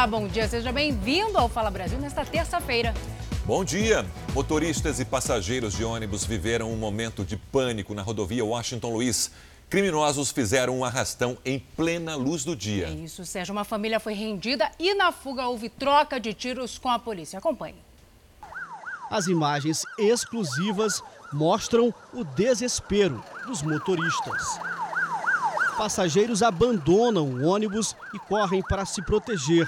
Olá, bom dia. Seja bem-vindo ao Fala Brasil nesta terça-feira. Bom dia. Motoristas e passageiros de ônibus viveram um momento de pânico na rodovia Washington Luiz. Criminosos fizeram um arrastão em plena luz do dia. É isso, Sérgio. Uma família foi rendida e na fuga houve troca de tiros com a polícia. Acompanhe. As imagens exclusivas mostram o desespero dos motoristas. Passageiros abandonam o ônibus e correm para se proteger.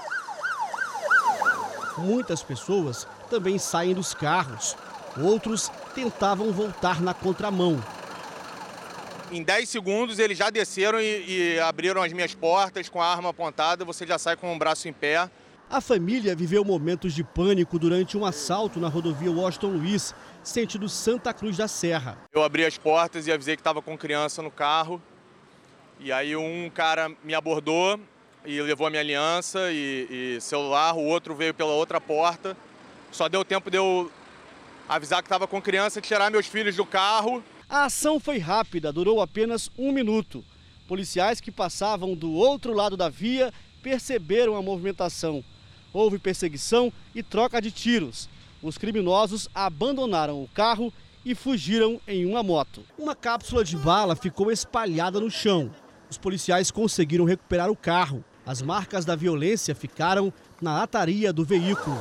Muitas pessoas também saem dos carros. Outros tentavam voltar na contramão. Em 10 segundos eles já desceram e abriram as minhas portas com a arma apontada. Você já sai com o braço em pé. A família viveu momentos de pânico durante um assalto na rodovia Washington Luiz, sentido Santa Cruz da Serra. Eu abri as portas e avisei que estava com criança no carro. E aí um cara me abordou e levou a minha aliança e celular. O outro veio pela outra porta. Só deu tempo de eu avisar que estava com criança, tirar meus filhos do carro. A ação foi rápida, durou apenas 1 minuto. Policiais que passavam do outro lado da via perceberam a movimentação. Houve perseguição e troca de tiros. Os criminosos abandonaram o carro e fugiram em uma moto. Uma cápsula de bala ficou espalhada no chão. Os policiais conseguiram recuperar o carro. As marcas da violência ficaram na lataria do veículo.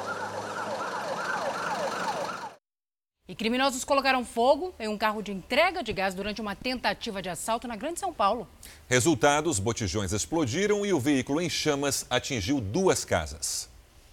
E criminosos colocaram fogo em um carro de entrega de gás durante uma tentativa de assalto na Grande São Paulo. Resultado, os botijões explodiram e o veículo em chamas atingiu 2 casas.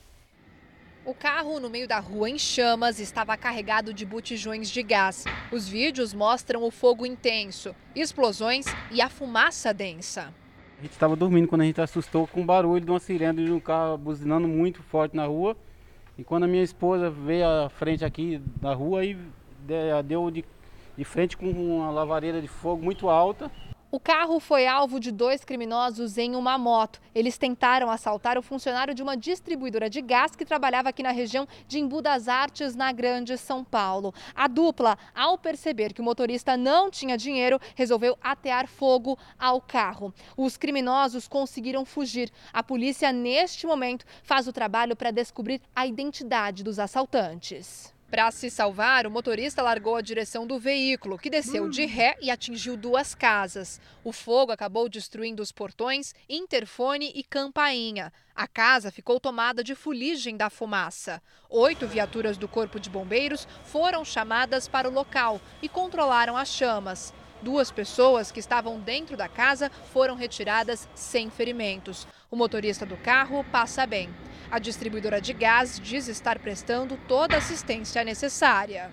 O carro no meio da rua em chamas estava carregado de botijões de gás. Os vídeos mostram o fogo intenso, explosões e a fumaça densa. A gente estava dormindo quando a gente assustou com o barulho de uma sirene de um carro buzinando muito forte na rua. E quando a minha esposa veio à frente aqui da rua, e deu de frente com uma lavareira de fogo muito alta. O carro foi alvo de 2 criminosos em uma moto. Eles tentaram assaltar o funcionário de uma distribuidora de gás que trabalhava aqui na região de Embu das Artes, na Grande São Paulo. A dupla, ao perceber que o motorista não tinha dinheiro, resolveu atear fogo ao carro. Os criminosos conseguiram fugir. A polícia, neste momento, faz o trabalho para descobrir a identidade dos assaltantes. Para se salvar, o motorista largou a direção do veículo, que desceu de ré e atingiu 2 casas. O fogo acabou destruindo os portões, interfone e campainha. A casa ficou tomada de fuligem da fumaça. 8 viaturas do Corpo de Bombeiros foram chamadas para o local e controlaram as chamas. 2 pessoas que estavam dentro da casa foram retiradas sem ferimentos. O motorista do carro passa bem. A distribuidora de gás diz estar prestando toda a assistência necessária.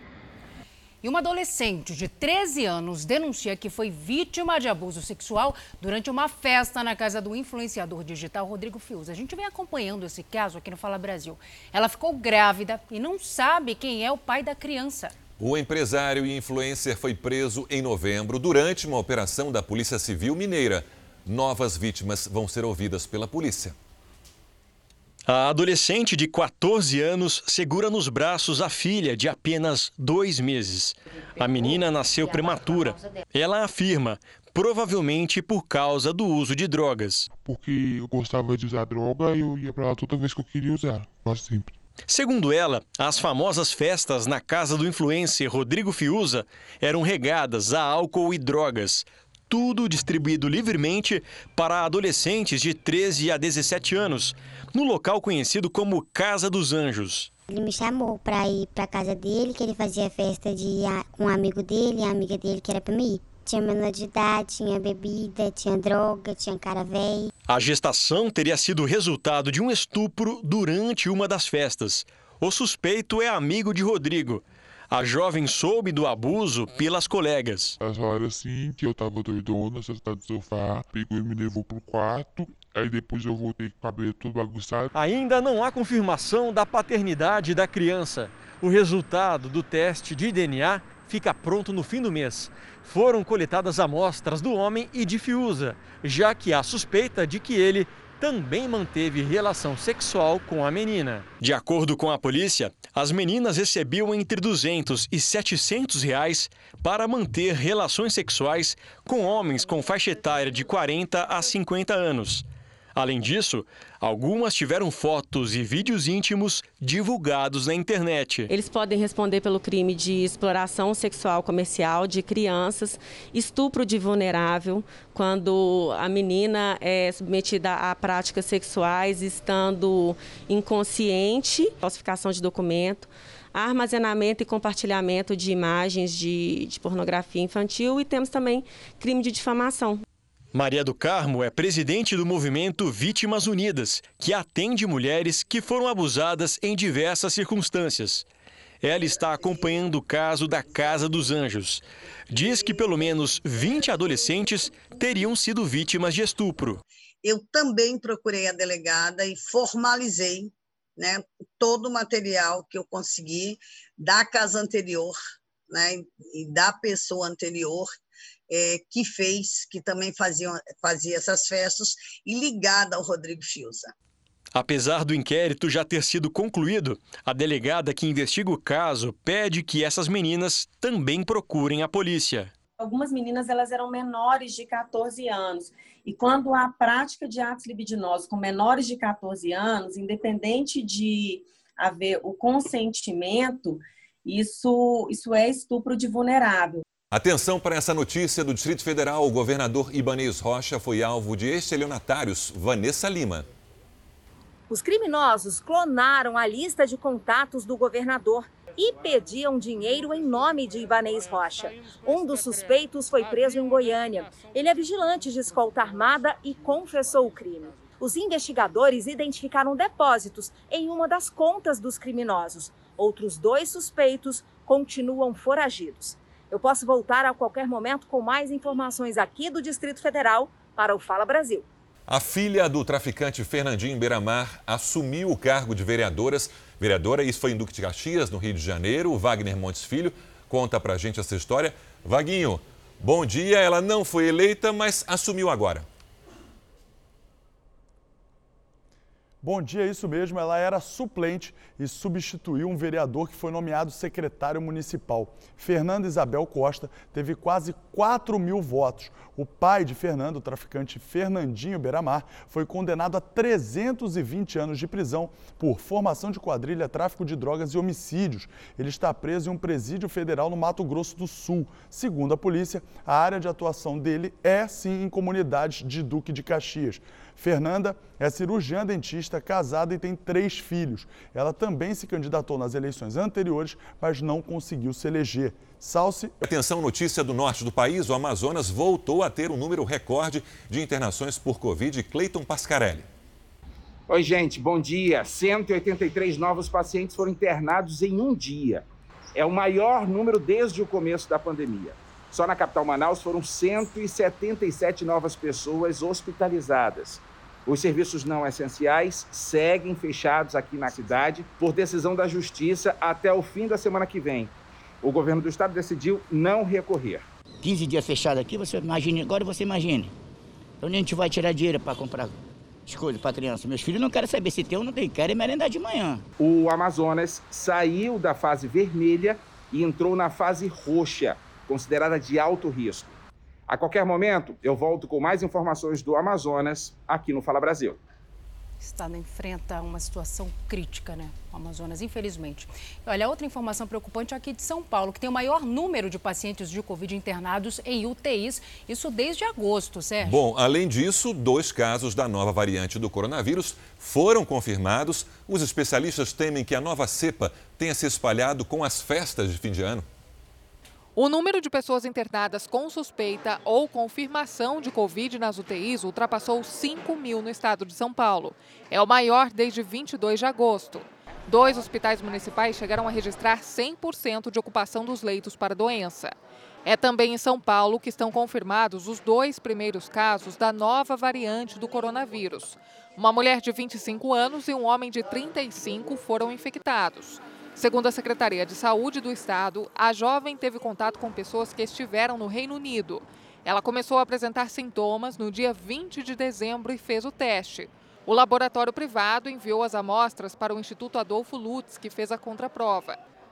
E uma adolescente de 13 anos denuncia que foi vítima de abuso sexual durante uma festa na casa do influenciador digital Rodrigo Fiuza. A gente vem acompanhando esse caso aqui no Fala Brasil. Ela ficou grávida e não sabe quem é o pai da criança. O empresário e influencer foi preso em novembro durante uma operação da Polícia Civil Mineira. Novas vítimas vão ser ouvidas pela polícia. A adolescente de 14 anos segura nos braços a filha de apenas 2 meses. A menina nasceu prematura. Ela afirma, provavelmente por causa do uso de drogas. Porque eu gostava de usar droga e eu ia pra lá toda vez que eu queria usar, quase sempre. Segundo ela, as famosas festas na casa do influencer Rodrigo Fiuza eram regadas a álcool e drogas. Tudo distribuído livremente para adolescentes de 13 a 17 anos, no local conhecido como Casa dos Anjos. Ele me chamou para ir para casa dele, que ele fazia festa de um amigo dele e a amiga dele, que era para mim ir. Tinha menor de idade, tinha bebida, tinha droga, tinha cara velho. A gestação teria sido resultado de um estupro durante uma das festas. O suspeito é amigo de Rodrigo. A jovem soube do abuso pelas colegas. Essa hora assim que eu tava doidona, sentada no sofá, pegou e me levou pro quarto. Aí depois eu voltei com o cabelo todo bagunçado. Ainda não há confirmação da paternidade da criança. O resultado do teste de DNA fica pronto no fim do mês. Foram coletadas amostras do homem e de Fiuza, já que há suspeita de que ele também manteve relação sexual com a menina. De acordo com a polícia, as meninas recebiam entre R$200 e R$700 para manter relações sexuais com homens com faixa etária de 40 a 50 anos. Além disso, algumas tiveram fotos e vídeos íntimos divulgados na internet. Eles podem responder pelo crime de exploração sexual comercial de crianças, estupro de vulnerável, quando a menina é submetida a práticas sexuais estando inconsciente, falsificação de documento, armazenamento e compartilhamento de imagens de pornografia infantil, e temos também crime de difamação. Maria do Carmo é presidente do movimento Vítimas Unidas, que atende mulheres que foram abusadas em diversas circunstâncias. Ela está acompanhando o caso da Casa dos Anjos. Diz que pelo menos 20 adolescentes teriam sido vítimas de estupro. Eu também procurei a delegada e formalizei, né, todo o material que eu consegui da casa anterior, né, e da pessoa anterior, que também fazia essas festas, e ligada ao Rodrigo Fiuza. Apesar do inquérito já ter sido concluído, a delegada que investiga o caso pede que essas meninas também procurem a polícia. Algumas meninas elas eram menores de 14 anos. E quando há prática de atos libidinosos com menores de 14 anos, independente de haver o consentimento, isso é estupro de vulnerável. Atenção para essa notícia do Distrito Federal. O governador Ibanez Rocha foi alvo de estelionatários. Vanessa Lima. Os criminosos clonaram a lista de contatos do governador e pediam dinheiro em nome de Ibanez Rocha. Um dos suspeitos foi preso em Goiânia. Ele é vigilante de escolta armada e confessou o crime. Os investigadores identificaram depósitos em uma das contas dos criminosos. Outros 2 suspeitos continuam foragidos. Eu posso voltar a qualquer momento com mais informações aqui do Distrito Federal para o Fala Brasil. A filha do traficante Fernandinho Beiramar assumiu o cargo de vereadora. Isso foi em Duque de Caxias, no Rio de Janeiro. O Wagner Montes Filho conta pra gente essa história. Vaguinho, bom dia. Ela não foi eleita, mas assumiu agora. Bom dia, isso mesmo. Ela era suplente e substituiu um vereador que foi nomeado secretário municipal. Fernanda Isabel Costa teve quase 4.000 votos. O pai de Fernando, o traficante Fernandinho Beiramar, foi condenado a 320 anos de prisão por formação de quadrilha, tráfico de drogas e homicídios. Ele está preso em um presídio federal no Mato Grosso do Sul. Segundo a polícia, a área de atuação dele é, sim, em comunidades de Duque de Caxias. Fernanda é cirurgiã dentista, casada e tem 3 filhos. Ela também se candidatou nas eleições anteriores, mas não conseguiu se eleger. Salce. Atenção, notícia do norte do país. O Amazonas voltou a ter um número recorde de internações por Covid. Cleiton Pascarelli. Oi, gente, bom dia. 183 novos pacientes foram internados em um dia. É o maior número desde o começo da pandemia. Só na capital Manaus foram 177 novas pessoas hospitalizadas. Os serviços não essenciais seguem fechados aqui na cidade por decisão da Justiça até o fim da semana que vem. O governo do estado decidiu não recorrer. 15 dias fechado aqui, você imagine, agora você imagine. Onde a gente vai tirar dinheiro para comprar as coisas para criança? Meus filhos não querem saber se tem ou não tem, querem merendar de manhã. O Amazonas saiu da fase vermelha e entrou na fase roxa, considerada de alto risco. A qualquer momento, eu volto com mais informações do Amazonas aqui no Fala Brasil. O estado enfrenta uma situação crítica, né? O Amazonas, infelizmente. Olha, outra informação preocupante é aqui de São Paulo, que tem o maior número de pacientes de Covid internados em UTIs, isso desde agosto, Sérgio. Bom, além disso, 2 casos da nova variante do coronavírus foram confirmados. Os especialistas temem que a nova cepa tenha se espalhado com as festas de fim de ano. O número de pessoas internadas com suspeita ou confirmação de Covid nas UTIs ultrapassou 5.000 no estado de São Paulo. É o maior desde 22 de agosto. 2 hospitais municipais chegaram a registrar 100% de ocupação dos leitos para a doença. É também em São Paulo que estão confirmados os 2 primeiros casos da nova variante do coronavírus. Uma mulher de 25 anos e um homem de 35 foram infectados. Segundo a Secretaria de Saúde do Estado, a jovem teve contato com pessoas que estiveram no Reino Unido. Ela começou a apresentar sintomas no dia 20 de dezembro e fez o teste. O laboratório privado enviou as amostras para o Instituto Adolfo Lutz, que fez a contraprova.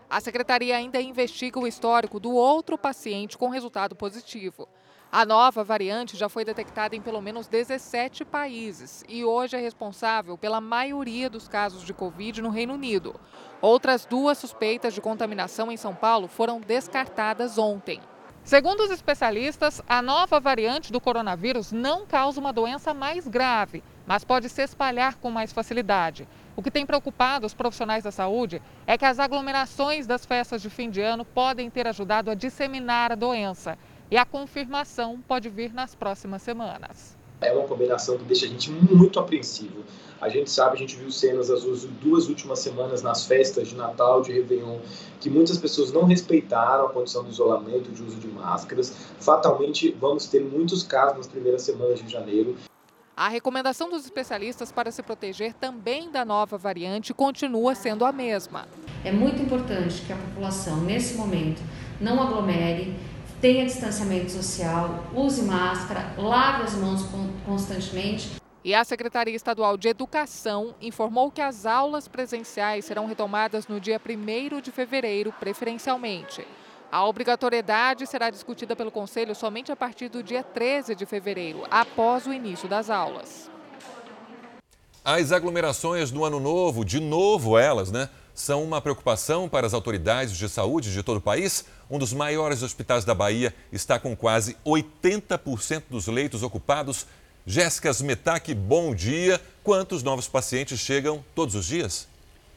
A secretaria ainda investiga o histórico do outro paciente com resultado positivo. A nova variante já foi detectada em pelo menos 17 países e hoje é responsável pela maioria dos casos de Covid no Reino Unido. Outras 2 suspeitas de contaminação em São Paulo foram descartadas ontem. Segundo os especialistas, a nova variante do coronavírus não causa uma doença mais grave, mas pode se espalhar com mais facilidade. O que tem preocupado os profissionais da saúde é que as aglomerações das festas de fim de ano podem ter ajudado a disseminar a doença. E a confirmação pode vir nas próximas semanas. É uma combinação que deixa a gente muito apreensivo. A gente sabe, a gente viu cenas das 2 últimas semanas nas festas de Natal, de Réveillon, que muitas pessoas não respeitaram a condição do isolamento, de uso de máscaras. Fatalmente, vamos ter muitos casos nas primeiras semanas de janeiro. A recomendação dos especialistas para se proteger também da nova variante continua sendo a mesma. É muito importante que a população, nesse momento, não aglomere, tenha distanciamento social, use máscara, lave as mãos constantemente. E a Secretaria Estadual de Educação informou que as aulas presenciais serão retomadas no dia 1º de fevereiro, preferencialmente. A obrigatoriedade será discutida pelo Conselho somente a partir do dia 13 de fevereiro, após o início das aulas. As aglomerações no Ano Novo, de novo elas, são uma preocupação para as autoridades de saúde de todo o país. Um dos maiores hospitais da Bahia está com quase 80% dos leitos ocupados. Jéssica Smetak, bom dia. Quantos novos pacientes chegam todos os dias?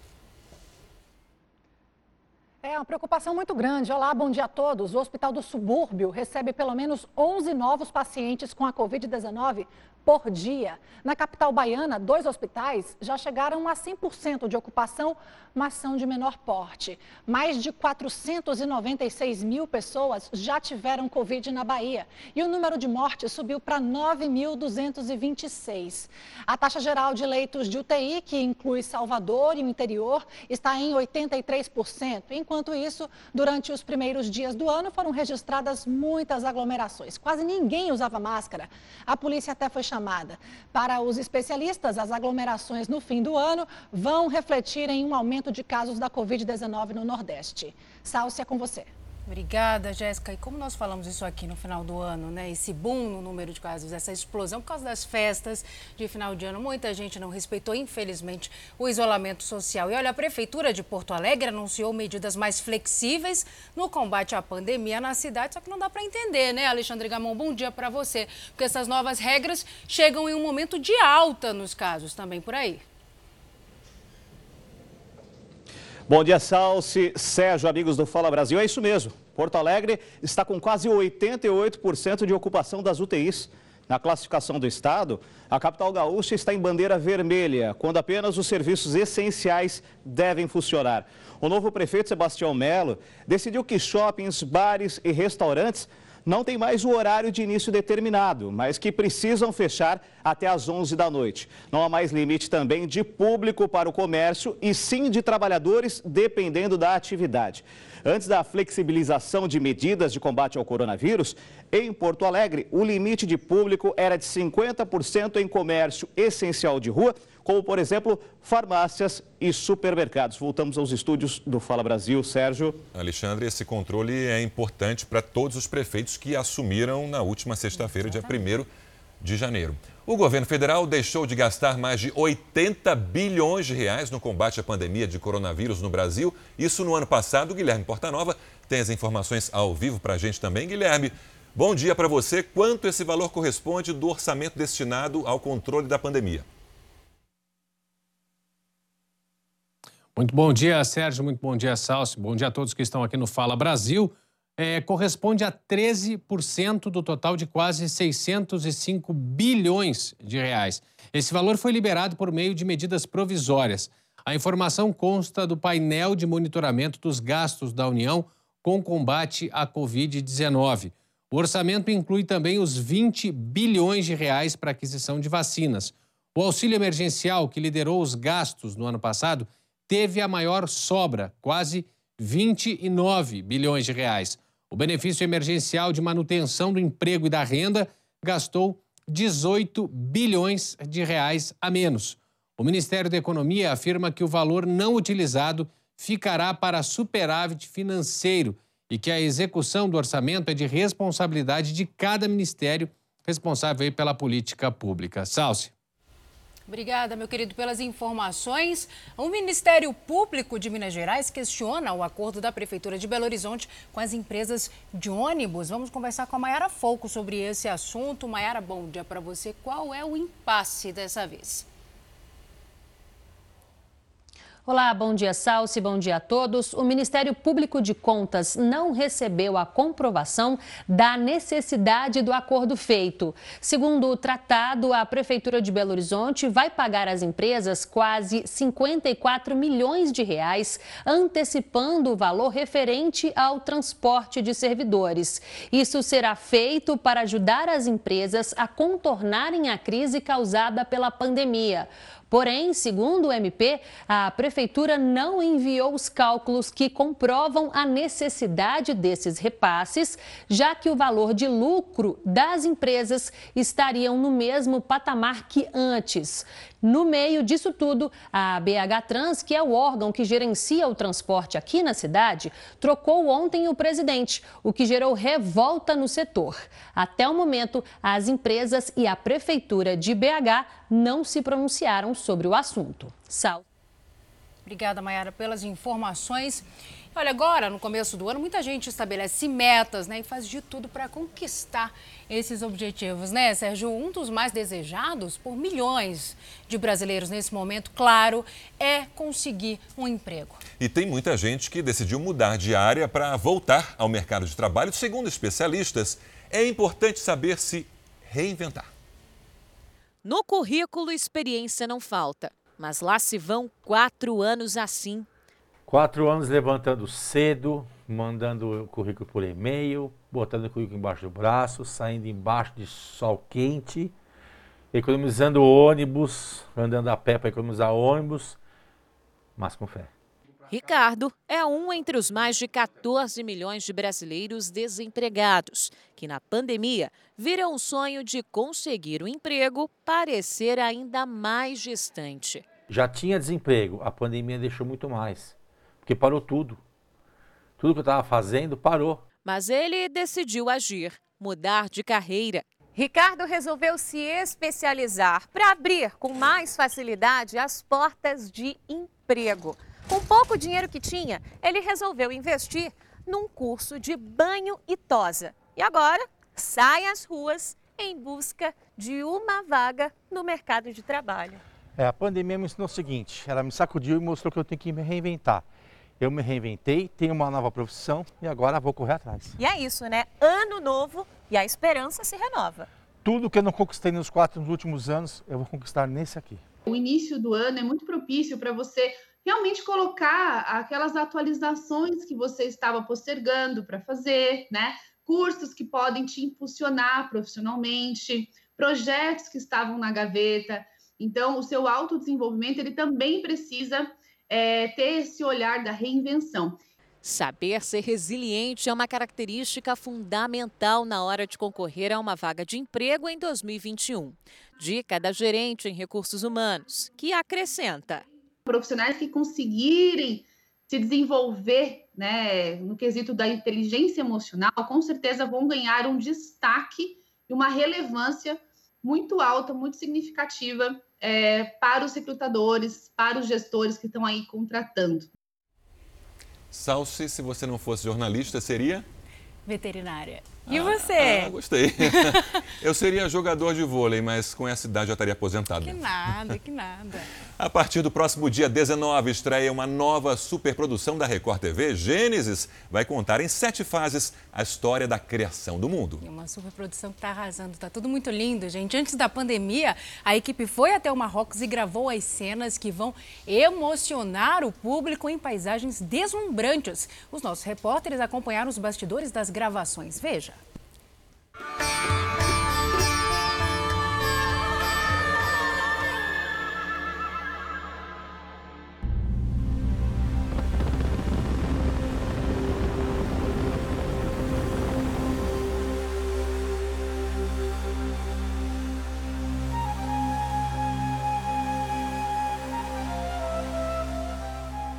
É uma preocupação muito grande. Olá, bom dia a todos. O Hospital do Subúrbio recebe pelo menos 11 novos pacientes com a Covid-19 por dia. Na capital baiana, 2 hospitais já chegaram a 100% de ocupação, mas são de menor porte. Mais de 496 mil pessoas já tiveram Covid na Bahia e o número de mortes subiu para 9.226. A taxa geral de leitos de UTI, que inclui Salvador e o interior, está em 83%. Enquanto isso, durante os primeiros dias do ano foram registradas muitas aglomerações. Quase ninguém usava máscara. A polícia até foi chamada. Para os especialistas, as aglomerações no fim do ano vão refletir em um aumento de casos da Covid-19 no Nordeste. Sálcia, com você. Obrigada, Jéssica. E como nós falamos isso aqui no final do ano, esse boom no número de casos, essa explosão por causa das festas de final de ano, muita gente não respeitou, infelizmente, o isolamento social. E olha, a Prefeitura de Porto Alegre anunciou medidas mais flexíveis no combate à pandemia na cidade, só que não dá para entender, Alexandre Gamon? Bom dia para você, porque essas novas regras chegam em um momento de alta nos casos também por aí. Bom dia, Salsi, Sérgio, amigos do Fala Brasil. É isso mesmo. Porto Alegre está com quase 88% de ocupação das UTIs. Na classificação do estado, a capital gaúcha está em bandeira vermelha, quando apenas os serviços essenciais devem funcionar. O novo prefeito Sebastião Melo decidiu que shoppings, bares e restaurantes não têm mais o horário de início determinado, mas que precisam fechar até às 11 da noite. Não há mais limite também de público para o comércio e sim de trabalhadores, dependendo da atividade. Antes da flexibilização de medidas de combate ao coronavírus, em Porto Alegre, o limite de público era de 50% em comércio essencial de rua, como, por exemplo, farmácias e supermercados. Voltamos aos estúdios do Fala Brasil. Sérgio. Alexandre, esse controle é importante para todos os prefeitos que assumiram na última sexta-feira, dia 1º de janeiro. O governo federal deixou de gastar mais de 80 bilhões de reais no combate à pandemia de coronavírus no Brasil. Isso no ano passado. Guilherme Portanova tem as informações ao vivo para a gente também. Guilherme, bom dia para você. Quanto esse valor corresponde do orçamento destinado ao controle da pandemia? Muito bom dia, Sérgio. Muito bom dia, Salsi. Bom dia a todos que estão aqui no Fala Brasil. Corresponde a 13% do total de quase 605 bilhões de reais. Esse valor foi liberado por meio de medidas provisórias. A informação consta do painel de monitoramento dos gastos da União com combate à Covid-19. O orçamento inclui também os 20 bilhões de reais para aquisição de vacinas. O auxílio emergencial, que liderou os gastos no ano passado, teve a maior sobra, quase 29 bilhões de reais. O benefício emergencial de manutenção do emprego e da renda gastou 18 bilhões de reais a menos. O Ministério da Economia afirma que o valor não utilizado ficará para superávit financeiro e que a execução do orçamento é de responsabilidade de cada ministério responsável aí pela política pública. Salce. Obrigada, meu querido, pelas informações. O Ministério Público de Minas Gerais questiona o acordo da Prefeitura de Belo Horizonte com as empresas de ônibus. Vamos conversar com a Mayara Folco sobre esse assunto. Mayara, bom dia para você. Qual é o impasse dessa vez? Olá, bom dia, Salce, bom dia a todos. O Ministério Público de Contas não recebeu a comprovação da necessidade do acordo feito. Segundo o tratado, a Prefeitura de Belo Horizonte vai pagar às empresas quase 54 milhões de reais, antecipando o valor referente ao transporte de servidores. Isso será feito para ajudar as empresas a contornarem a crise causada pela pandemia. Porém, segundo o MP, a Prefeitura não enviou os cálculos que comprovam a necessidade desses repasses, já que o valor de lucro das empresas estariam no mesmo patamar que antes. No meio disso tudo, a BH Trans, que é o órgão que gerencia o transporte aqui na cidade, trocou ontem o presidente, o que gerou revolta no setor. Até o momento, as empresas e a Prefeitura de BH não se pronunciaram sobre o assunto. Sal. Obrigada, Mayara, pelas informações. Olha, agora, no começo do ano, muita gente estabelece metas, né, e faz de tudo para conquistar esses objetivos, né, Sérgio? Um dos mais desejados por milhões de brasileiros nesse momento, claro, é conseguir um emprego. E tem muita gente que decidiu mudar de área para voltar ao mercado de trabalho. Segundo especialistas, é importante saber se reinventar. No currículo, experiência não falta, mas lá se vão 4 anos assim. 4 anos levantando cedo, mandando o currículo por e-mail, botando o currículo embaixo do braço, saindo embaixo de sol quente, economizando ônibus, andando a pé para economizar ônibus, mas com fé. Ricardo é um entre os mais de 14 milhões de brasileiros desempregados, que na pandemia viram o sonho de conseguir um emprego parecer ainda mais distante. Já tinha desemprego, a pandemia deixou muito mais. Porque parou tudo. Tudo que eu estava fazendo parou. Mas ele decidiu agir, mudar de carreira. Ricardo resolveu se especializar para abrir com mais facilidade as portas de emprego. Com pouco dinheiro que tinha, ele resolveu investir num curso de banho e tosa. E agora sai às ruas em busca de uma vaga no mercado de trabalho. A pandemia me ensinou o seguinte, ela me sacudiu e mostrou que eu tenho que me reinventar. Eu me reinventei, tenho uma nova profissão e agora vou correr atrás. E é isso, né? Ano novo e a esperança se renova. Tudo que eu não conquistei nos últimos anos, eu vou conquistar nesse aqui. O início do ano é muito propício para você realmente colocar aquelas atualizações que você estava postergando para fazer, né? Cursos que podem te impulsionar profissionalmente, projetos que estavam na gaveta. Então, o seu autodesenvolvimento, ele também precisa ter esse olhar da reinvenção. Saber ser resiliente é uma característica fundamental na hora de concorrer a uma vaga de emprego em 2021. Dica da gerente em recursos humanos, que acrescenta. Profissionais que conseguirem se desenvolver, né, no quesito da inteligência emocional, com certeza vão ganhar um destaque e uma relevância muito alta, muito significativa para os recrutadores, para os gestores que estão aí contratando. Salce, se você não fosse jornalista, seria? Veterinária. E você? Gostei. Eu seria jogador de vôlei, mas com essa idade já estaria aposentado. Que nada, que nada. A partir do próximo dia 19, estreia uma nova superprodução da Record TV. Gênesis vai contar em 7 fases a história da criação do mundo. É uma superprodução que está arrasando, está tudo muito lindo, gente. Antes da pandemia, a equipe foi até o Marrocos e gravou as cenas que vão emocionar o público em paisagens deslumbrantes. Os nossos repórteres acompanharam os bastidores das gravações. Veja.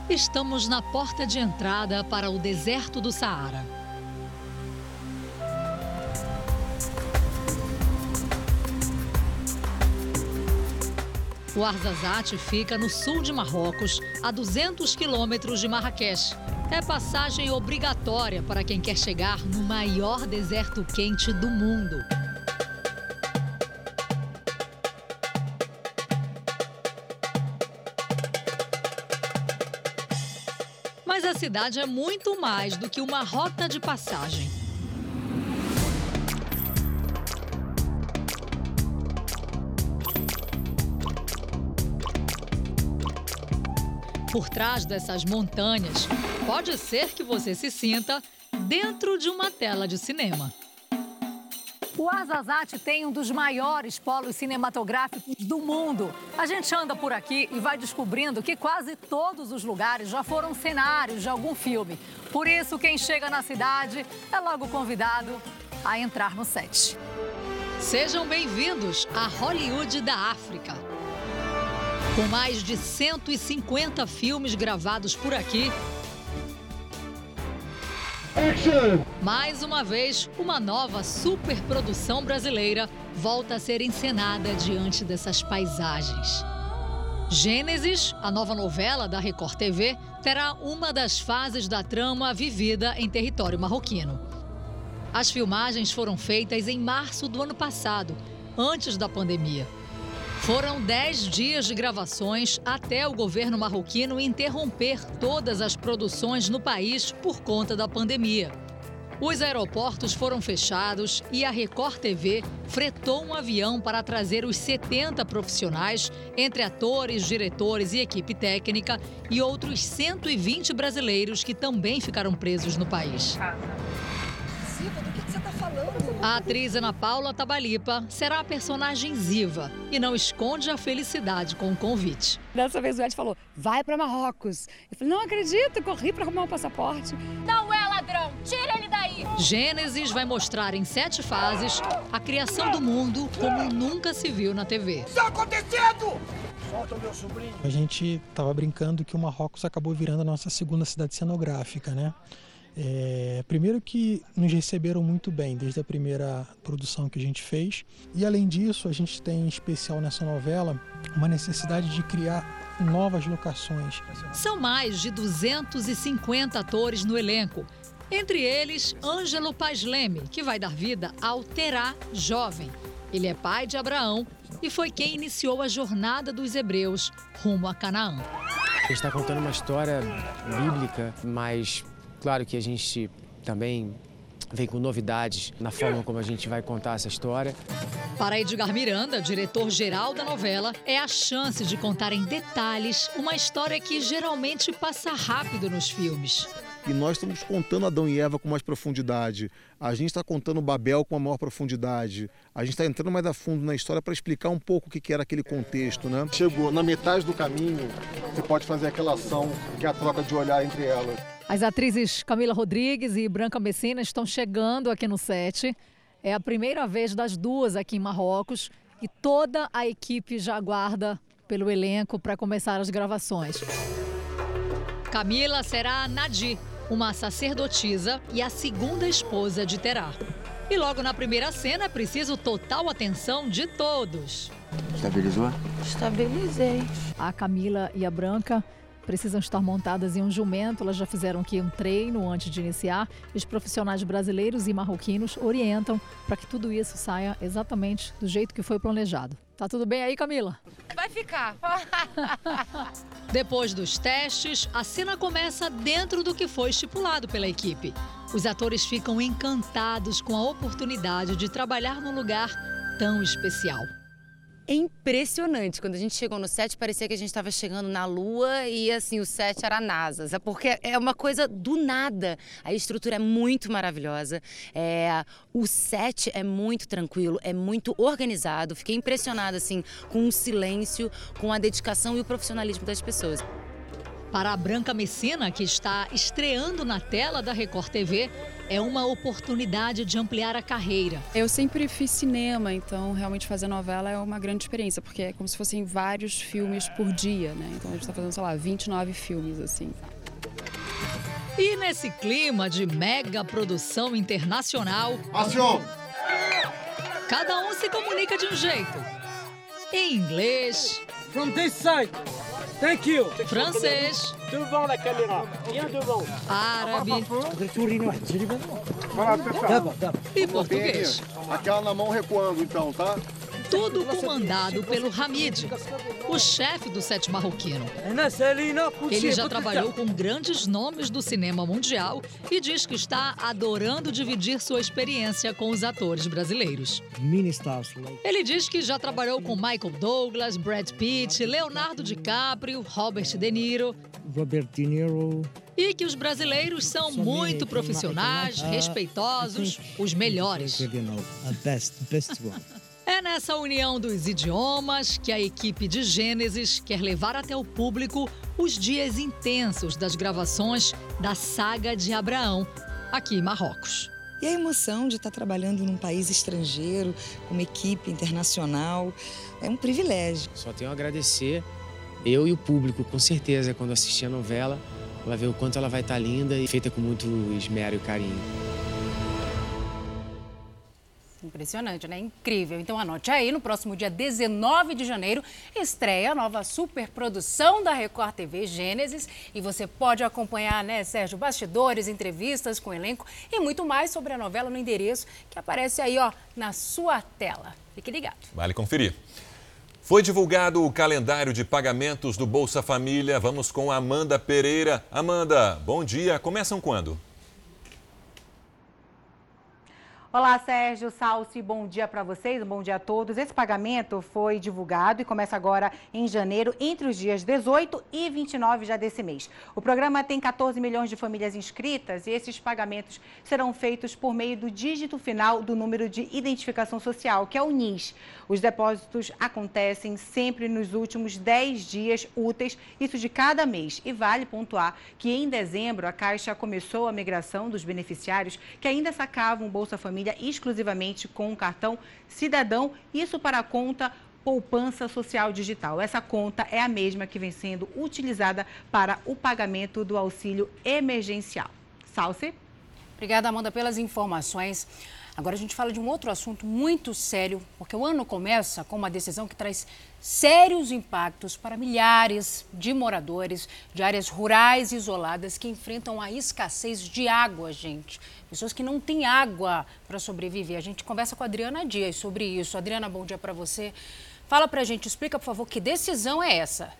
Estamos na porta de entrada para o deserto do Saara. O Ouarzazate fica no sul de Marrocos, a 200 quilômetros de Marrakech. É passagem obrigatória para quem quer chegar no maior deserto quente do mundo. Mas a cidade é muito mais do que uma rota de passagem. Por trás dessas montanhas, pode ser que você se sinta dentro de uma tela de cinema. O Ouarzazate tem um dos maiores polos cinematográficos do mundo. A gente anda por aqui e vai descobrindo que quase todos os lugares já foram cenários de algum filme. Por isso, quem chega na cidade é logo convidado a entrar no set. Sejam bem-vindos à Hollywood da África. Com mais de 150 filmes gravados por aqui, mais uma vez, uma nova superprodução brasileira volta a ser encenada diante dessas paisagens. Gênesis, a nova novela da Record TV, terá uma das fases da trama vivida em território marroquino. As filmagens foram feitas em março do ano passado, antes da pandemia. Foram 10 dias de gravações até o governo marroquino interromper todas as produções no país por conta da pandemia. Os aeroportos foram fechados e a Record TV fretou um avião para trazer os 70 profissionais, entre atores, diretores e equipe técnica, e outros 120 brasileiros que também ficaram presos no país. Do que você está falando? A atriz Ana Paula Tabalipa será a personagem Ziva e não esconde a felicidade com o convite. Dessa vez o Ed falou, vai para Marrocos. Eu falei, não acredito, corri para arrumar um passaporte. Não é ladrão, tira ele daí! Gênesis vai mostrar em 7 fases a criação do mundo como nunca se viu na TV. Está acontecendo! Solta o meu sobrinho. A gente estava brincando que o Marrocos acabou virando a nossa segunda cidade cenográfica, né? Primeiro que nos receberam muito bem desde a primeira produção que a gente fez, e além disso a gente tem em especial nessa novela uma necessidade de criar novas locações. São mais de 250 atores no elenco, entre eles Ângelo Paz Leme, que vai dar vida ao Terá jovem. Ele é pai de Abraão e foi quem iniciou a jornada dos hebreus rumo a Canaã. A gente está contando uma história bíblica, mas claro que a gente também vem com novidades na forma como a gente vai contar essa história. Para Edgar Miranda, diretor-geral da novela, é a chance de contar em detalhes uma história que geralmente passa rápido nos filmes. E nós estamos contando Adão e Eva com mais profundidade. A gente está contando Babel com uma maior profundidade. A gente está entrando mais a fundo na história para explicar um pouco o que era aquele contexto, né? Chegou na metade do caminho, você pode fazer aquela ação que é a troca de olhar entre elas. As atrizes Camila Rodrigues e Branca Messina estão chegando aqui no set. É a primeira vez das duas aqui em Marrocos e toda a equipe já aguarda pelo elenco para começar as gravações. Camila será a Nadi, uma sacerdotisa e a segunda esposa de Terá. E logo na primeira cena é preciso total atenção de todos. Estabilizou? Estabilizei. A Camila e a Branca precisam estar montadas em um jumento. Elas já fizeram aqui um treino antes de iniciar. Os profissionais brasileiros e marroquinos orientam para que tudo isso saia exatamente do jeito que foi planejado. Tá tudo bem aí, Camila? Vai ficar. Depois dos testes, a cena começa dentro do que foi estipulado pela equipe. Os atores ficam encantados com a oportunidade de trabalhar num lugar tão especial. É impressionante. Quando a gente chegou no set, parecia que a gente estava chegando na Lua e, assim, o set era a NASA. É porque é uma coisa do nada. A estrutura é muito maravilhosa. O set é muito tranquilo, é muito organizado. Fiquei impressionada, assim, com o silêncio, com a dedicação e o profissionalismo das pessoas. Para a Branca Messina, que está estreando na tela da Record TV, é uma oportunidade de ampliar a carreira. Eu sempre fiz cinema, então realmente fazer novela é uma grande experiência, porque é como se fossem vários filmes por dia, né? Então a gente está fazendo, sei lá, 29 filmes, assim. E nesse clima de mega produção internacional, Ação! Cada um se comunica de um jeito. Em inglês, From this side. Thank you. francês, Devant la caméra. Bien devant. árabe E e português. Aquela na mão recuando, então, tá? Tudo comandado pelo Hamid, o chefe do set marroquino. Ele já trabalhou com grandes nomes do cinema mundial e diz que está adorando dividir sua experiência com os atores brasileiros. Ele diz que já trabalhou com Michael Douglas, Brad Pitt, Leonardo DiCaprio, Robert De Niro. E que os brasileiros são muito profissionais, respeitosos, os melhores. É nessa união dos idiomas que a equipe de Gênesis quer levar até o público os dias intensos das gravações da Saga de Abraão, aqui em Marrocos. E a emoção de estar trabalhando num país estrangeiro, com uma equipe internacional, é um privilégio. Só tenho a agradecer, eu e o público, com certeza, quando assistir a novela, vai ver o quanto ela vai estar linda e feita com muito esmero e carinho. Impressionante, né? Incrível. Então anote aí, no próximo dia 19 de janeiro, estreia a nova superprodução da Record TV, Gênesis. E você pode acompanhar, né, Sérgio, bastidores, entrevistas com o elenco e muito mais sobre a novela no endereço que aparece aí, ó, na sua tela. Fique ligado. Vale conferir. Foi divulgado o calendário de pagamentos do Bolsa Família. Vamos com a Amanda Pereira. Amanda, bom dia. Começam quando? Olá, Sérgio, Salsi, bom dia para vocês, bom dia a todos. Esse pagamento foi divulgado e começa agora em janeiro, entre os dias 18 e 29 já desse mês. O programa tem 14 milhões de famílias inscritas e esses pagamentos serão feitos por meio do dígito final do número de identificação social, que é o NIS. Os depósitos acontecem sempre nos últimos 10 dias úteis, isso de cada mês. E vale pontuar que em dezembro a Caixa começou a migração dos beneficiários que ainda sacavam o Bolsa Família exclusivamente com o cartão Cidadão, isso para a conta Poupança Social Digital. Essa conta é a mesma que vem sendo utilizada para o pagamento do auxílio emergencial. Salsi? Obrigada, Amanda, pelas informações. Agora a gente fala de um outro assunto muito sério, porque o ano começa com uma decisão que traz sérios impactos para milhares de moradores de áreas rurais isoladas que enfrentam a escassez de água, gente. Pessoas que não têm água para sobreviver. A gente conversa com a Adriana Dias sobre isso. Adriana, bom dia para você. Fala para a gente, explica, por favor, que decisão é essa?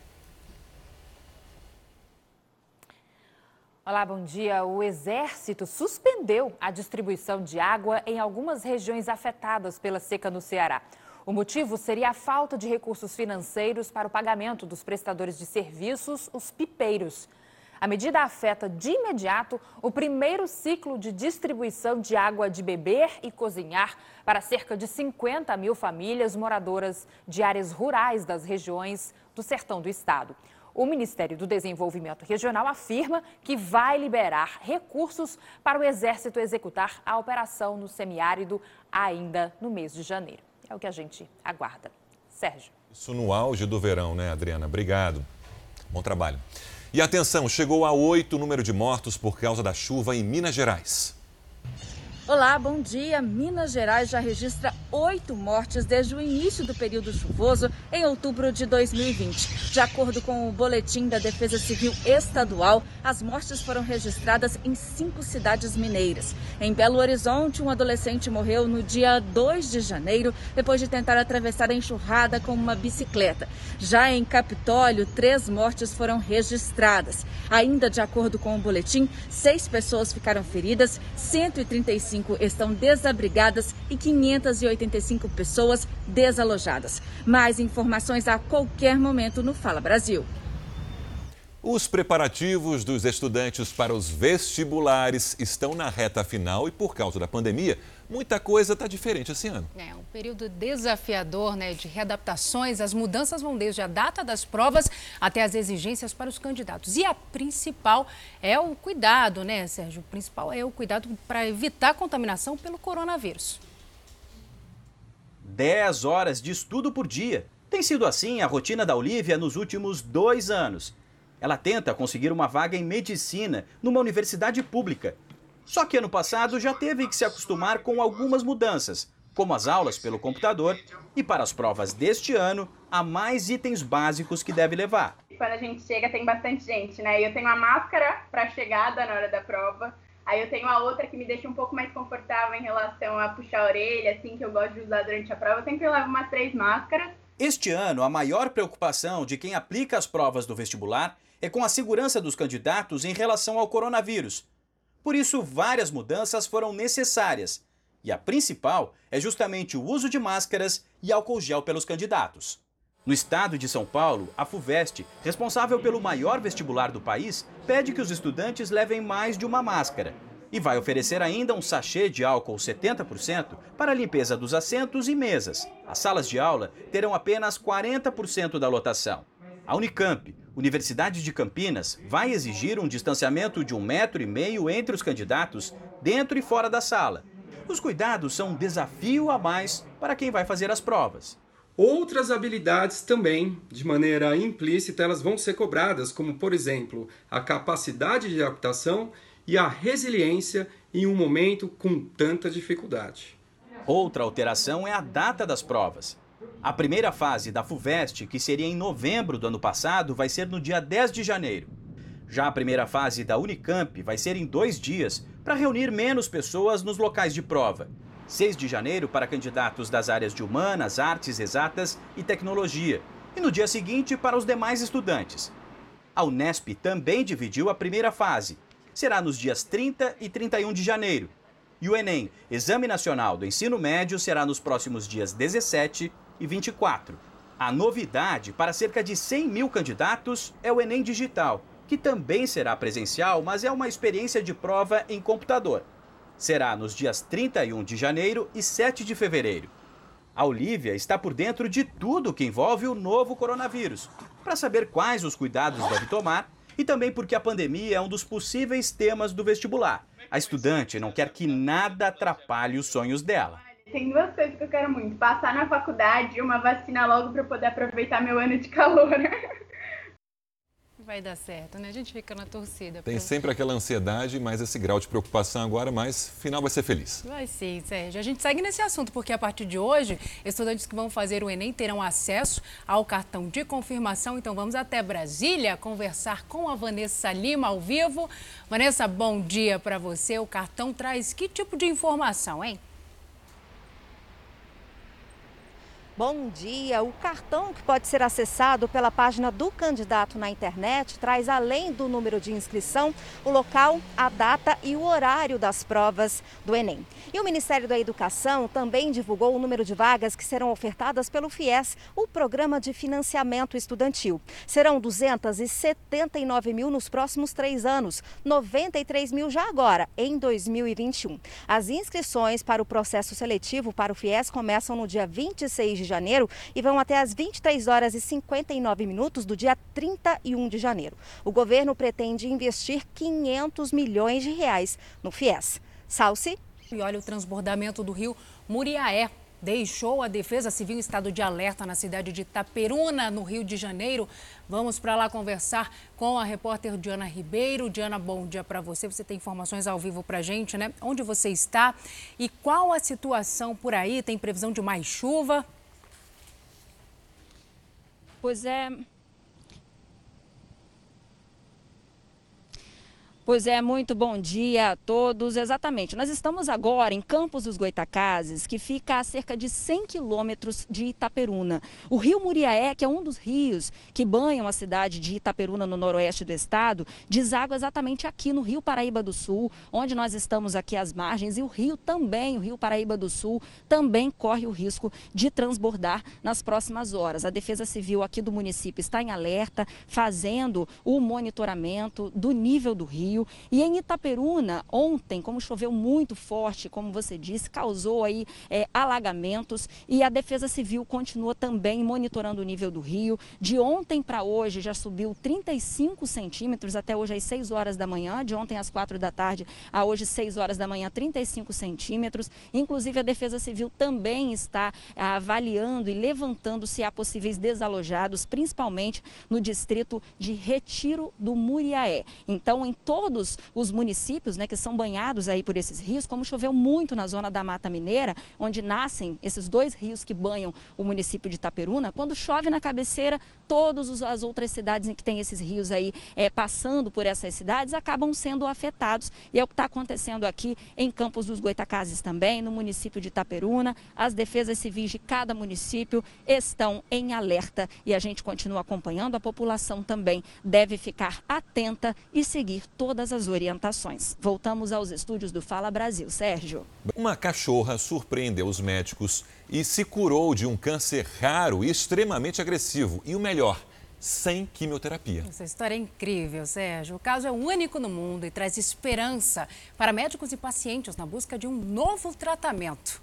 Olá, bom dia. O Exército suspendeu a distribuição de água em algumas regiões afetadas pela seca no Ceará. O motivo seria a falta de recursos financeiros para o pagamento dos prestadores de serviços, os pipeiros. A medida afeta de imediato o primeiro ciclo de distribuição de água de beber e cozinhar para cerca de 50 mil famílias moradoras de áreas rurais das regiões do sertão do estado. O Ministério do Desenvolvimento Regional afirma que vai liberar recursos para o Exército executar a operação no semiárido ainda no mês de janeiro. É o que a gente aguarda. Sérgio. Isso no auge do verão, né, Adriana? Obrigado. Bom trabalho. E atenção, chegou a 8 o número de mortos por causa da chuva em Minas Gerais. Olá, bom dia. Minas Gerais já registra 8 mortes desde o início do período chuvoso em outubro de 2020. De acordo com o boletim da Defesa Civil Estadual, as mortes foram registradas em 5 cidades mineiras. Em Belo Horizonte, um adolescente morreu no dia 2 de janeiro, depois de tentar atravessar a enxurrada com uma bicicleta. Já em Capitólio, 3 mortes foram registradas. Ainda de acordo com o boletim, 6 pessoas ficaram feridas, 135 estão desabrigadas e 585 pessoas desalojadas. Mais informações a qualquer momento no Fala Brasil. Os preparativos dos estudantes para os vestibulares estão na reta final e, por causa da pandemia, muita coisa está diferente esse ano. É um período desafiador, de readaptações. As mudanças vão desde a data das provas até as exigências para os candidatos. E a principal é o cuidado, Sérgio? O principal é o cuidado para evitar a contaminação pelo coronavírus. 10 horas de estudo por dia. Tem sido assim a rotina da Olivia nos últimos 2 anos. Ela tenta conseguir uma vaga em medicina numa universidade pública. Só que ano passado já teve que se acostumar com algumas mudanças, como as aulas pelo computador e para as provas deste ano, há mais itens básicos que deve levar. Quando a gente chega tem bastante gente, Eu tenho a máscara para a chegada na hora da prova, aí eu tenho a outra que me deixa um pouco mais confortável em relação a puxar a orelha, assim, que eu gosto de usar durante a prova. Eu sempre levo umas 3 máscaras. Este ano, a maior preocupação de quem aplica as provas do vestibular é com a segurança dos candidatos em relação ao coronavírus. Por isso, várias mudanças foram necessárias. E a principal é justamente o uso de máscaras e álcool gel pelos candidatos. No estado de São Paulo, a FUVEST, responsável pelo maior vestibular do país, pede que os estudantes levem mais de uma máscara. E vai oferecer ainda um sachê de álcool 70% para a limpeza dos assentos e mesas. As salas de aula terão apenas 40% da lotação. A Unicamp, Universidade de Campinas, vai exigir um distanciamento de 1,5 metro entre os candidatos, dentro e fora da sala. Os cuidados são um desafio a mais para quem vai fazer as provas. Outras habilidades também, de maneira implícita, elas vão ser cobradas, como, por exemplo, a capacidade de adaptação e a resiliência em um momento com tanta dificuldade. Outra alteração é a data das provas. A primeira fase da FUVEST, que seria em novembro do ano passado, vai ser no dia 10 de janeiro. Já a primeira fase da Unicamp vai ser em 2 dias, para reunir menos pessoas nos locais de prova. 6 de janeiro para candidatos das áreas de humanas, artes, exatas e tecnologia. E no dia seguinte para os demais estudantes. A Unesp também dividiu a primeira fase. Será nos dias 30 e 31 de janeiro. E o Enem, Exame Nacional do Ensino Médio, será nos próximos dias 17 e 24. A novidade para cerca de 100 mil candidatos é o Enem Digital, que também será presencial, mas é uma experiência de prova em computador. Será nos dias 31 de janeiro e 7 de fevereiro. A Olivia está por dentro de tudo que envolve o novo coronavírus, para saber quais os cuidados deve tomar e também porque a pandemia é um dos possíveis temas do vestibular. A estudante não quer que nada atrapalhe os sonhos dela. Tem 2 coisas que eu quero muito. Passar na faculdade e uma vacina logo para poder aproveitar meu ano de calor. Vai dar certo, A gente fica na torcida. Tem sempre aquela ansiedade, mas esse grau de preocupação agora, mas o final vai ser feliz. Vai sim, Sérgio. A gente segue nesse assunto, porque a partir de hoje, estudantes que vão fazer o Enem terão acesso ao cartão de confirmação. Então vamos até Brasília conversar com a Vanessa Lima ao vivo. Vanessa, bom dia para você. O cartão traz que tipo de informação, hein? Bom dia. O cartão, que pode ser acessado pela página do candidato na internet, traz, além do número de inscrição, o local, a data e o horário das provas do Enem. E o Ministério da Educação também divulgou o número de vagas que serão ofertadas pelo FIES, o Programa de Financiamento Estudantil. Serão 279 mil nos próximos 3 anos, 93 mil já agora, em 2021. As inscrições para o processo seletivo para o FIES começam no dia 26 de janeiro e vão até às 23 horas e 59 minutos do dia 31 de janeiro. O governo pretende investir 500 milhões de reais no FIES. Salsi. E olha, o transbordamento do rio Muriaé deixou a Defesa Civil em estado de alerta na cidade de Itaperuna, no Rio de Janeiro. Vamos para lá conversar com a repórter Diana Ribeiro. Diana, bom dia para você. Você tem informações ao vivo para a gente, Onde você está e qual a situação por aí? Tem previsão de mais chuva? Pois Pois é, muito bom dia a todos. Exatamente, nós estamos agora em Campos dos Goytacazes, que fica a cerca de 100 quilômetros de Itaperuna. O rio Muriaé, que é um dos rios que banham a cidade de Itaperuna, no noroeste do estado, deságua exatamente aqui no Rio Paraíba do Sul, onde nós estamos aqui às margens, e o rio Paraíba do Sul, também corre o risco de transbordar nas próximas horas. A Defesa Civil aqui do município está em alerta, fazendo o monitoramento do nível do rio. E em Itaperuna, ontem, como choveu muito forte, como você disse, causou aí alagamentos, e a Defesa Civil continua também monitorando o nível do rio. De ontem para hoje já subiu 35 centímetros, até hoje às 6 horas da manhã, de ontem às 4 da tarde a hoje 6 horas da manhã, 35 centímetros. Inclusive a Defesa Civil também está avaliando e levantando se há possíveis desalojados, principalmente no distrito de Retiro do Muriaé. Então, em todos os municípios, que são banhados aí por esses rios, como choveu muito na zona da Mata Mineira, onde nascem esses dois rios que banham o município de Itaperuna, quando chove na cabeceira, todas as outras cidades em que tem esses rios aí passando por essas cidades acabam sendo afetados, e é o que está acontecendo aqui em Campos dos Goytacazes também, no município de Itaperuna. As defesas civis de cada município estão em alerta e a gente continua acompanhando. A população também deve ficar atenta e seguir todas as orientações. Voltamos aos estúdios do Fala Brasil. Sérgio. Uma cachorra surpreendeu os médicos e se curou de um câncer raro e extremamente agressivo. E o melhor, sem quimioterapia. Essa história é incrível, Sérgio. O caso é único no mundo e traz esperança para médicos e pacientes na busca de um novo tratamento.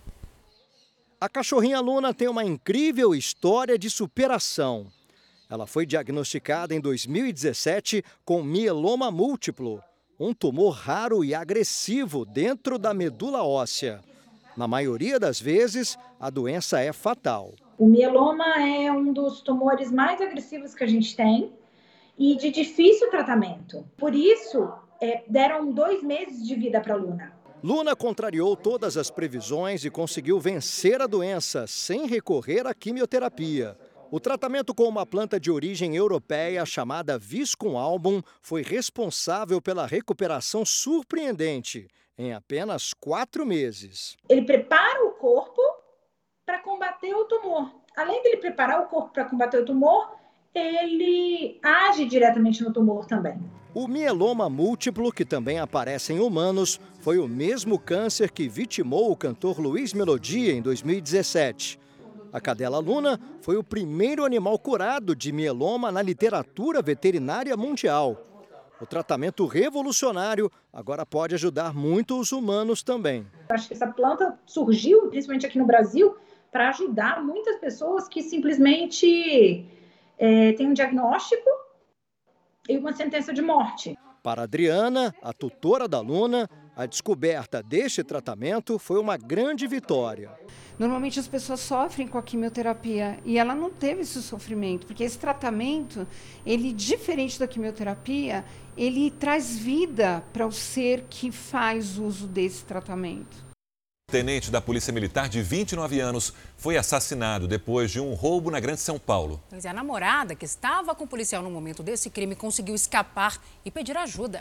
A cachorrinha Luna tem uma incrível história de superação. Ela foi diagnosticada em 2017 com mieloma múltiplo, um tumor raro e agressivo dentro da medula óssea. Na maioria das vezes, a doença é fatal. O mieloma é um dos tumores mais agressivos que a gente tem e de difícil tratamento. Por isso, deram 2 meses de vida para a Luna. Luna contrariou todas as previsões e conseguiu vencer a doença sem recorrer à quimioterapia. O tratamento com uma planta de origem europeia chamada Viscum album foi responsável pela recuperação surpreendente em apenas 4 meses. Ele prepara o corpo para combater o tumor. Além dele preparar o corpo para combater o tumor, ele age diretamente no tumor também. O mieloma múltiplo, que também aparece em humanos, foi o mesmo câncer que vitimou o cantor Luiz Melodia em 2017. A cadela Luna foi o primeiro animal curado de mieloma na literatura veterinária mundial. O tratamento revolucionário agora pode ajudar muito os humanos também. Acho que essa planta surgiu, principalmente aqui no Brasil, para ajudar muitas pessoas que simplesmente têm um diagnóstico e uma sentença de morte. Para Adriana, a tutora da Luna, a descoberta deste tratamento foi uma grande vitória. Normalmente as pessoas sofrem com a quimioterapia e ela não teve esse sofrimento, porque esse tratamento, ele diferente da quimioterapia, ele traz vida para o ser que faz uso desse tratamento. O tenente da Polícia Militar de 29 anos foi assassinado depois de um roubo na Grande São Paulo. Pois é, a namorada que estava com o policial no momento desse crime conseguiu escapar e pedir ajuda.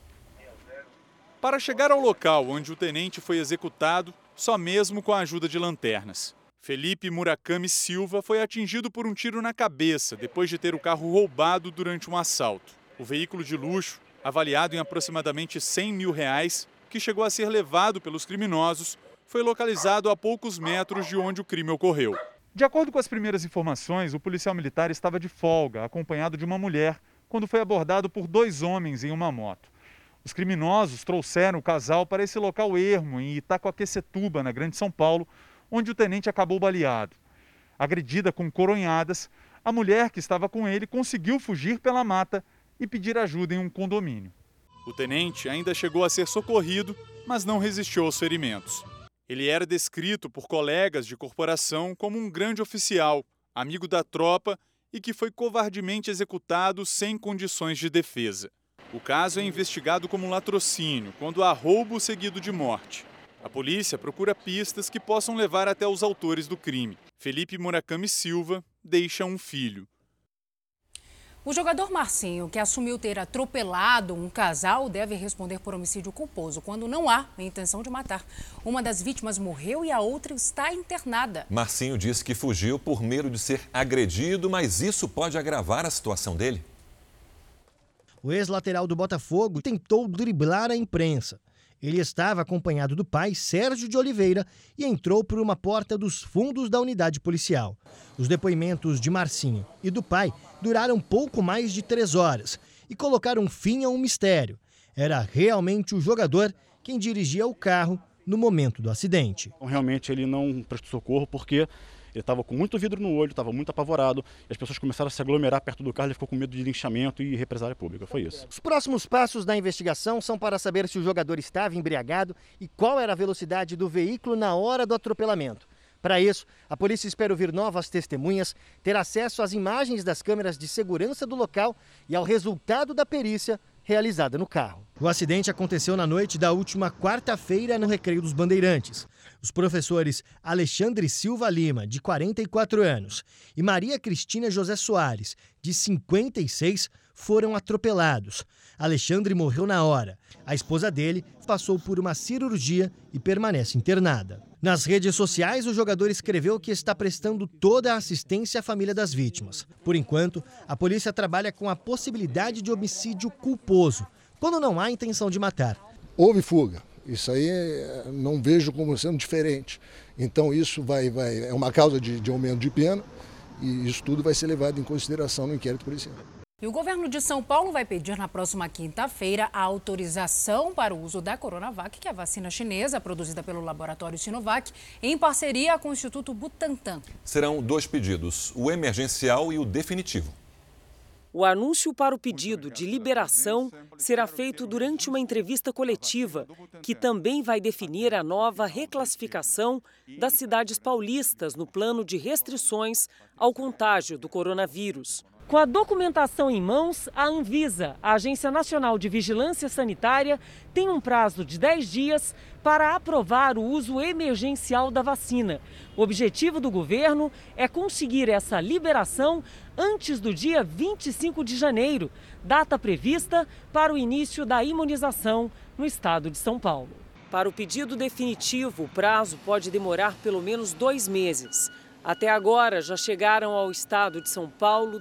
Para chegar ao local onde o tenente foi executado, só mesmo com a ajuda de lanternas. Felipe Murakami Silva foi atingido por um tiro na cabeça depois de ter o carro roubado durante um assalto. O veículo de luxo, avaliado em aproximadamente R$100 mil, que chegou a ser levado pelos criminosos, foi localizado a poucos metros de onde o crime ocorreu. De acordo com as primeiras informações, o policial militar estava de folga, acompanhado de uma mulher, quando foi abordado por 2 homens em uma moto. Os criminosos trouxeram o casal para esse local ermo, em Itacoaquecetuba, na Grande São Paulo, onde o tenente acabou baleado. Agredida com coronhadas, a mulher que estava com ele conseguiu fugir pela mata e pedir ajuda em um condomínio. O tenente ainda chegou a ser socorrido, mas não resistiu aos ferimentos. Ele era descrito por colegas de corporação como um grande oficial, amigo da tropa e que foi covardemente executado sem condições de defesa. O caso é investigado como latrocínio, quando há roubo seguido de morte. A polícia procura pistas que possam levar até os autores do crime. Felipe Murakami Silva deixa um filho. O jogador Marcinho, que assumiu ter atropelado um casal, deve responder por homicídio culposo, quando não há a intenção de matar. Uma das vítimas morreu e a outra está internada. Marcinho disse que fugiu por medo de ser agredido, mas isso pode agravar a situação dele. O ex-lateral do Botafogo tentou driblar a imprensa. Ele estava acompanhado do pai, Sérgio de Oliveira, e entrou por uma porta dos fundos da unidade policial. Os depoimentos de Marcinho e do pai duraram pouco mais de 3 horas e colocaram fim a um mistério. Era realmente o jogador quem dirigia o carro no momento do acidente. Realmente ele não prestou socorro porque ele estava com muito vidro no olho, estava muito apavorado, e as pessoas começaram a se aglomerar perto do carro, ele ficou com medo de linchamento e represália pública, foi isso. Os próximos passos da investigação são para saber se o jogador estava embriagado e qual era a velocidade do veículo na hora do atropelamento. Para isso, a polícia espera ouvir novas testemunhas, ter acesso às imagens das câmeras de segurança do local e ao resultado da perícia realizada no carro. O acidente aconteceu na noite da última quarta-feira no Recreio dos Bandeirantes. Os professores Alexandre Silva Lima, de 44 anos, e Maria Cristina José Soares, de 56, foram atropelados. Alexandre morreu na hora. A esposa dele passou por uma cirurgia e permanece internada. Nas redes sociais, o jogador escreveu que está prestando toda a assistência à família das vítimas. Por enquanto, a polícia trabalha com a possibilidade de homicídio culposo, quando não há intenção de matar. Houve fuga. Isso aí não vejo como sendo diferente. Então isso é uma causa de aumento de pena e isso tudo vai ser levado em consideração no inquérito policial. E o governo de São Paulo vai pedir na próxima quinta-feira a autorização para o uso da Coronavac, que é a vacina chinesa produzida pelo laboratório Sinovac, em parceria com o Instituto Butantan. Serão 2 pedidos, o emergencial e o definitivo. O anúncio para o pedido de liberação será feito durante uma entrevista coletiva, que também vai definir a nova reclassificação das cidades paulistas no plano de restrições ao contágio do coronavírus. Com a documentação em mãos, a Anvisa, a Agência Nacional de Vigilância Sanitária, tem um prazo de 10 dias para aprovar o uso emergencial da vacina. O objetivo do governo é conseguir essa liberação antes do dia 25 de janeiro, data prevista para o início da imunização no estado de São Paulo. Para o pedido definitivo, o prazo pode demorar pelo menos 2 meses. Até agora, já chegaram ao estado de São Paulo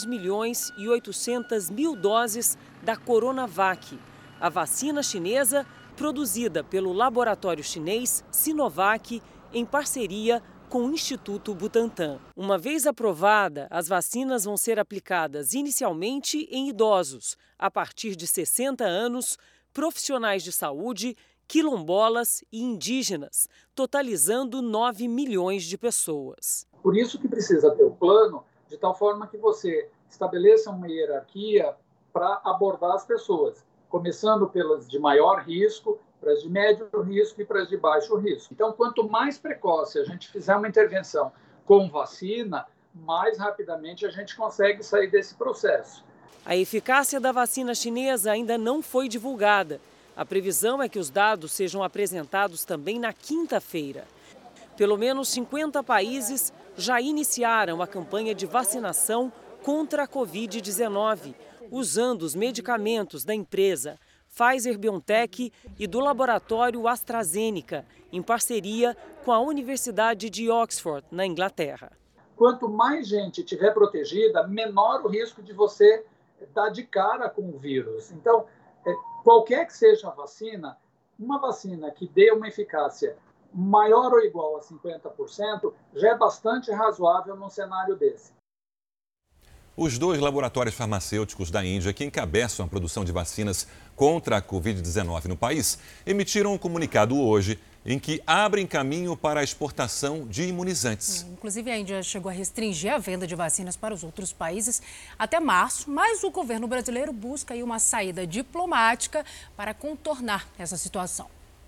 10.800.000 doses da Coronavac, a vacina chinesa produzida pelo laboratório chinês Sinovac em parceria com o Instituto Butantan. Uma vez aprovada, as vacinas vão ser aplicadas inicialmente em idosos, a partir de 60 anos, profissionais de saúde, quilombolas e indígenas, totalizando 9 milhões de pessoas. Por isso que precisa ter o plano de tal forma que você estabeleça uma hierarquia para abordar as pessoas, começando pelas de maior risco, para as de médio risco e para as de baixo risco. Então, quanto mais precoce a gente fizer uma intervenção com vacina, mais rapidamente a gente consegue sair desse processo. A eficácia da vacina chinesa ainda não foi divulgada. A previsão é que os dados sejam apresentados também na quinta-feira. Pelo menos 50 países já iniciaram a campanha de vacinação contra a Covid-19, usando os medicamentos da empresa Pfizer-BioNTech e do laboratório AstraZeneca, em parceria com a Universidade de Oxford, na Inglaterra. Quanto mais gente tiver protegida, menor o risco de você dar de cara com o vírus. Então, qualquer que seja a vacina, uma vacina que dê uma eficácia maior ou igual a 50% já é bastante razoável num cenário desse. Os 2 laboratórios farmacêuticos da Índia que encabeçam a produção de vacinas contra a Covid-19 no país emitiram um comunicado hoje em que abrem caminho para a exportação de imunizantes. Inclusive, a Índia chegou a restringir a venda de vacinas para os outros países até março, mas o governo brasileiro busca aí uma saída diplomática para contornar essa situação.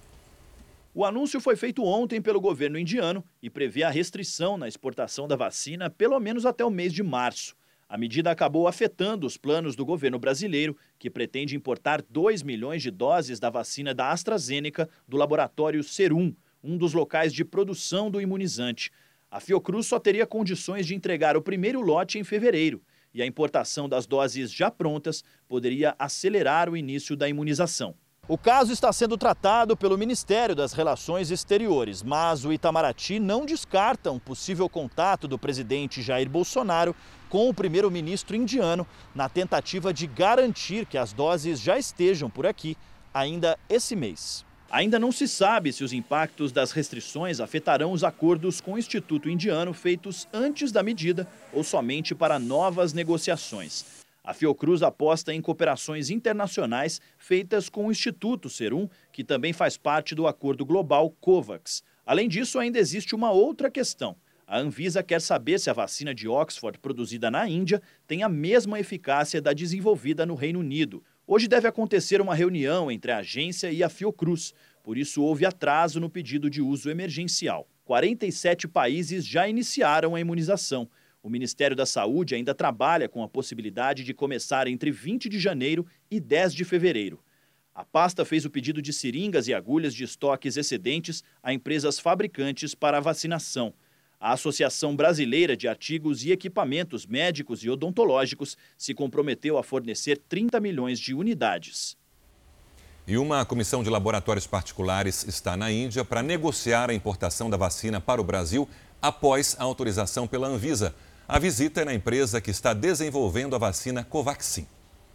O anúncio foi feito ontem pelo governo indiano e prevê a restrição na exportação da vacina pelo menos até o mês de março. A medida acabou afetando os planos do governo brasileiro, que pretende importar 2 milhões de doses da vacina da AstraZeneca do laboratório Serum, um dos locais de produção do imunizante. A Fiocruz só teria condições de entregar o primeiro lote em fevereiro. e a importação das doses já prontas poderia acelerar o início da imunização. O caso está sendo tratado pelo Ministério das Relações Exteriores, mas o Itamaraty não descarta um possível contato do presidente Jair Bolsonaro com o primeiro-ministro indiano na tentativa de garantir que as doses já estejam por aqui ainda esse mês. Ainda não se sabe se os impactos das restrições afetarão os acordos com o Instituto Indiano feitos antes da medida ou somente para novas negociações. A Fiocruz aposta em cooperações internacionais feitas com o Instituto Serum, que também faz parte do acordo global COVAX. Além disso, ainda existe uma outra questão. A Anvisa quer saber se a vacina de Oxford produzida na Índia tem a mesma eficácia da desenvolvida no Reino Unido. Hoje deve acontecer uma reunião entre a agência e a Fiocruz, por isso houve atraso no pedido de uso emergencial. 47 países já iniciaram a imunização. O Ministério da Saúde ainda trabalha com a possibilidade de começar entre 20 de janeiro e 10 de fevereiro. A pasta fez o pedido de seringas e agulhas de estoques excedentes a empresas fabricantes para a vacinação. A Associação Brasileira de Artigos e Equipamentos Médicos e Odontológicos se comprometeu a fornecer 30 milhões de unidades. E uma comissão de laboratórios particulares está na Índia para negociar a importação da vacina para o Brasil após a autorização pela Anvisa. A visita é na empresa que está desenvolvendo a vacina Covaxin.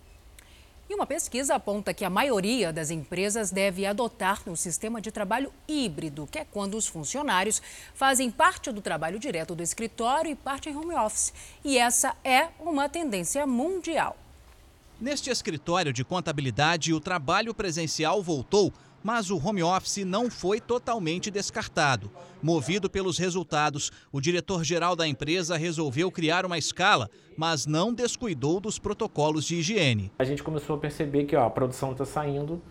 E uma pesquisa aponta que a maioria das empresas deve adotar um sistema de trabalho híbrido, que é quando os funcionários fazem parte do trabalho direto do escritório e parte em home office. E essa é uma tendência mundial. Neste escritório de contabilidade, o trabalho presencial voltou, mas o home office não foi totalmente descartado. Movido pelos resultados, o diretor-geral da empresa resolveu criar uma escala, mas não descuidou dos protocolos de higiene. A gente começou a perceber que a produção está saindo,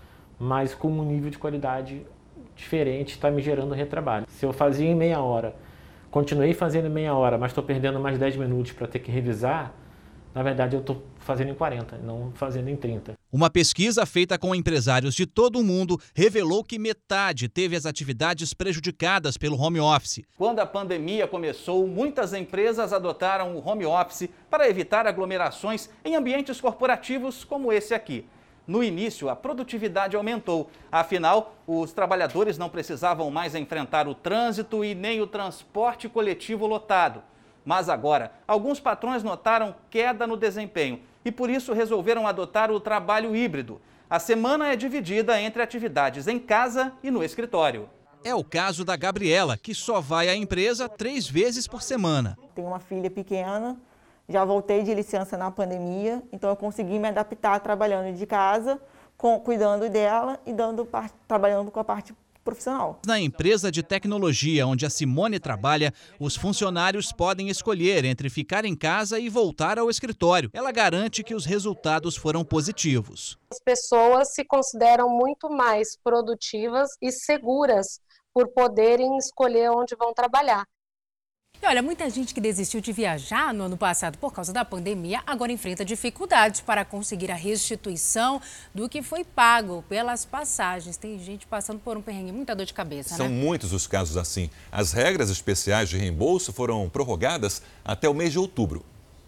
mas com um nível de qualidade diferente, está me gerando retrabalho. Se eu fazia em meia hora, continuei fazendo em meia hora, mas estou perdendo mais 10 minutos para ter que revisar, na verdade eu estou fazendo em 40, não fazendo em 30. Uma pesquisa feita com empresários de todo o mundo revelou que metade teve as atividades prejudicadas pelo home office. Quando a pandemia começou, muitas empresas adotaram o home office para evitar aglomerações em ambientes corporativos como esse aqui. No início, a produtividade aumentou. Afinal, os trabalhadores não precisavam mais enfrentar o trânsito e nem o transporte coletivo lotado. Mas agora, alguns patrões notaram queda no desempenho e por isso resolveram adotar o trabalho híbrido. A semana é dividida entre atividades em casa e no escritório. É o caso da Gabriela, que só vai à empresa 3 vezes por semana. Tenho uma filha pequena, já voltei de licença na pandemia, então eu consegui me adaptar trabalhando de casa, cuidando dela e trabalhando com a parte profissional. Na empresa de tecnologia onde a Simone trabalha, os funcionários podem escolher entre ficar em casa e voltar ao escritório. Ela garante que os resultados foram positivos. As pessoas se consideram muito mais produtivas e seguras por poderem escolher onde vão trabalhar. E olha, muita gente que desistiu de viajar no ano passado por causa da pandemia agora enfrenta dificuldades para conseguir a restituição do que foi pago pelas passagens. Tem gente passando por um perrengue, muita dor de cabeça, São muitos os casos assim. As regras especiais de reembolso foram prorrogadas até o mês de outubro.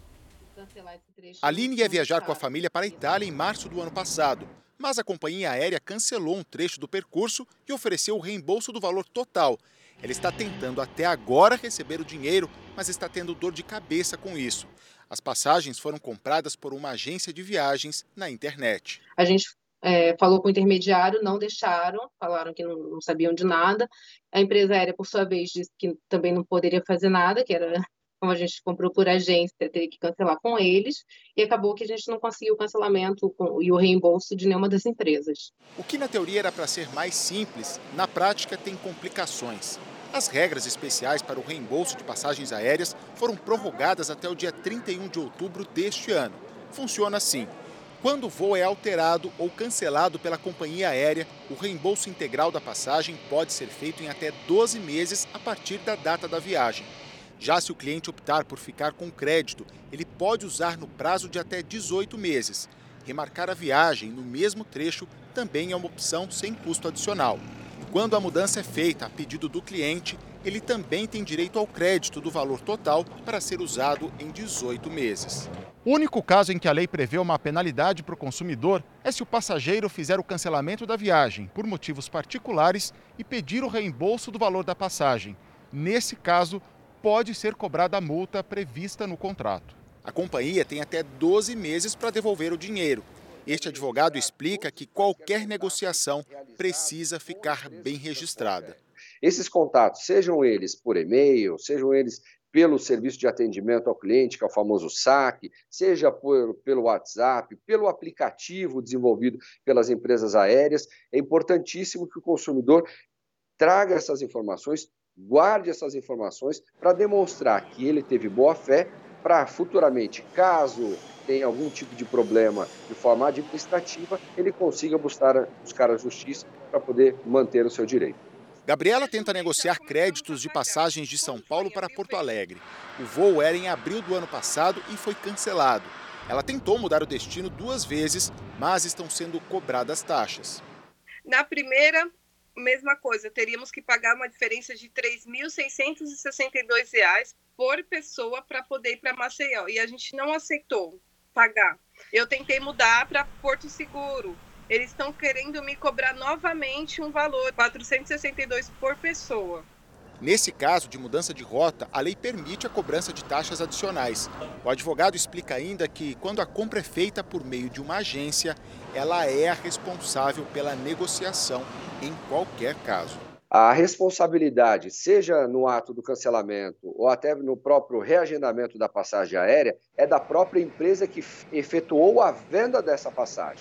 Aline ia viajar com a família para a Itália em março do ano passado, mas a companhia aérea cancelou um trecho do percurso e ofereceu o reembolso do valor total. Ela está tentando até agora receber o dinheiro, mas está tendo dor de cabeça com isso. As passagens foram compradas por uma agência de viagens na internet. A gente falou com o intermediário, não deixaram, falaram que não sabiam de nada. A empresa aérea, por sua vez, disse que também não poderia fazer nada, que era, como a gente comprou por agência, teria que cancelar com eles. E acabou que a gente não conseguiu o cancelamento e o reembolso de nenhuma das empresas. O que na teoria era para ser mais simples, na prática tem complicações. As regras especiais para o reembolso de passagens aéreas foram prorrogadas até o dia 31 de outubro deste ano. Funciona assim. Quando o voo é alterado ou cancelado pela companhia aérea, o reembolso integral da passagem pode ser feito em até 12 meses a partir da data da viagem. Já se o cliente optar por ficar com crédito, ele pode usar no prazo de até 18 meses. Remarcar a viagem no mesmo trecho também é uma opção sem custo adicional. Quando a mudança é feita a pedido do cliente, ele também tem direito ao crédito do valor total para ser usado em 18 meses. O único caso em que a lei prevê uma penalidade para o consumidor é se o passageiro fizer o cancelamento da viagem por motivos particulares e pedir o reembolso do valor da passagem. Nesse caso, pode ser cobrada a multa prevista no contrato. A companhia tem até 12 meses para devolver o dinheiro. Este advogado explica que qualquer negociação precisa ficar bem registrada. Esses contatos, sejam eles por e-mail, sejam eles pelo serviço de atendimento ao cliente, que é o famoso saque, seja pelo WhatsApp, pelo aplicativo desenvolvido pelas empresas aéreas, é importantíssimo que o consumidor traga essas informações, guarde essas informações para demonstrar que ele teve boa fé para futuramente, caso tenha algum tipo de problema de forma administrativa, ele consiga buscar a justiça para poder manter o seu direito. Gabriela tenta negociar créditos de passagens de São Paulo para Porto Alegre. O voo era em abril do ano passado e foi cancelado. Ela tentou mudar o destino 2 vezes, mas estão sendo cobradas taxas. Na primeira, mesma coisa, teríamos que pagar uma diferença de R$ 3.662 por pessoa para poder ir para Maceió. E a gente não aceitou pagar. Eu tentei mudar para Porto Seguro. Eles estão querendo me cobrar novamente um valor, R$ 462 por pessoa. Nesse caso de mudança de rota, a lei permite a cobrança de taxas adicionais. O advogado explica ainda que, quando a compra é feita por meio de uma agência, ela é a responsável pela negociação em qualquer caso. A responsabilidade, seja no ato do cancelamento ou até no próprio reagendamento da passagem aérea, é da própria empresa que efetuou a venda dessa passagem.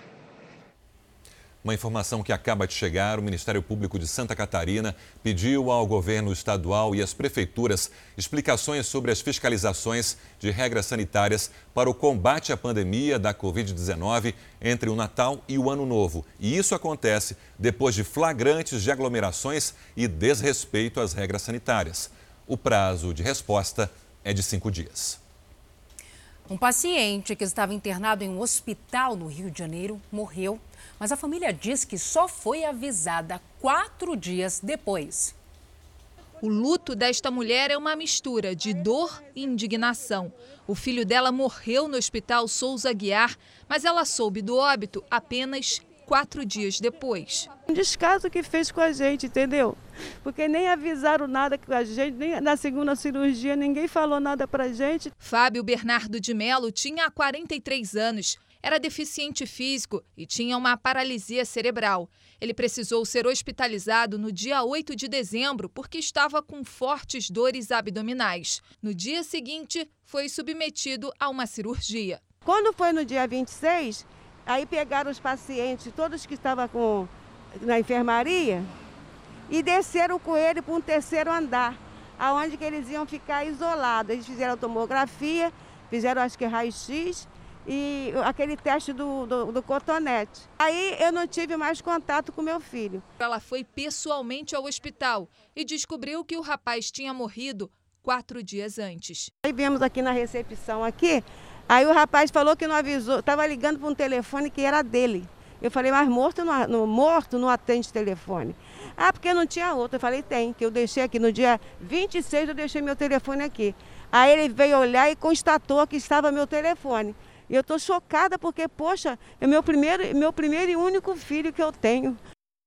Uma informação que acaba de chegar: o Ministério Público de Santa Catarina pediu ao governo estadual e às prefeituras explicações sobre as fiscalizações de regras sanitárias para o combate à pandemia da Covid-19 entre o Natal e o Ano Novo. E isso acontece depois de flagrantes de aglomerações e desrespeito às regras sanitárias. O prazo de resposta é de 5 dias. Um paciente que estava internado em um hospital no Rio de Janeiro morreu, mas a família diz que só foi avisada 4 dias depois. O luto desta mulher é uma mistura de dor e indignação. O filho dela morreu no Hospital Souza Aguiar, mas ela soube do óbito apenas 4 dias depois. Um descaso que fez com a gente, entendeu? Porque nem avisaram nada com a gente, nem na segunda cirurgia ninguém falou nada pra gente. Fábio Bernardo de Melo tinha 43 anos, era deficiente físico e tinha uma paralisia cerebral. Ele precisou ser hospitalizado no dia 8 de dezembro porque estava com fortes dores abdominais. No dia seguinte, foi submetido a uma cirurgia. Quando foi no dia 26, aí pegaram os pacientes, todos que estavam na enfermaria, e desceram com ele para um 3º andar, aonde que eles iam ficar isolados. Eles fizeram tomografia, fizeram acho que raio-x e aquele teste do cotonete. Aí eu não tive mais contato com meu filho. Ela foi pessoalmente ao hospital e descobriu que o rapaz tinha morrido 4 dias antes. Aí viemos aqui na recepção aqui, aí o rapaz falou que não avisou, estava ligando para um telefone que era dele. Eu falei, mas morto não atende telefone. Ah, porque não tinha outro. Eu falei, tem, que eu deixei aqui no dia 26, eu deixei meu telefone aqui. Aí ele veio olhar e constatou que estava meu telefone. E eu estou chocada porque, poxa, é meu primeiro e único filho que eu tenho.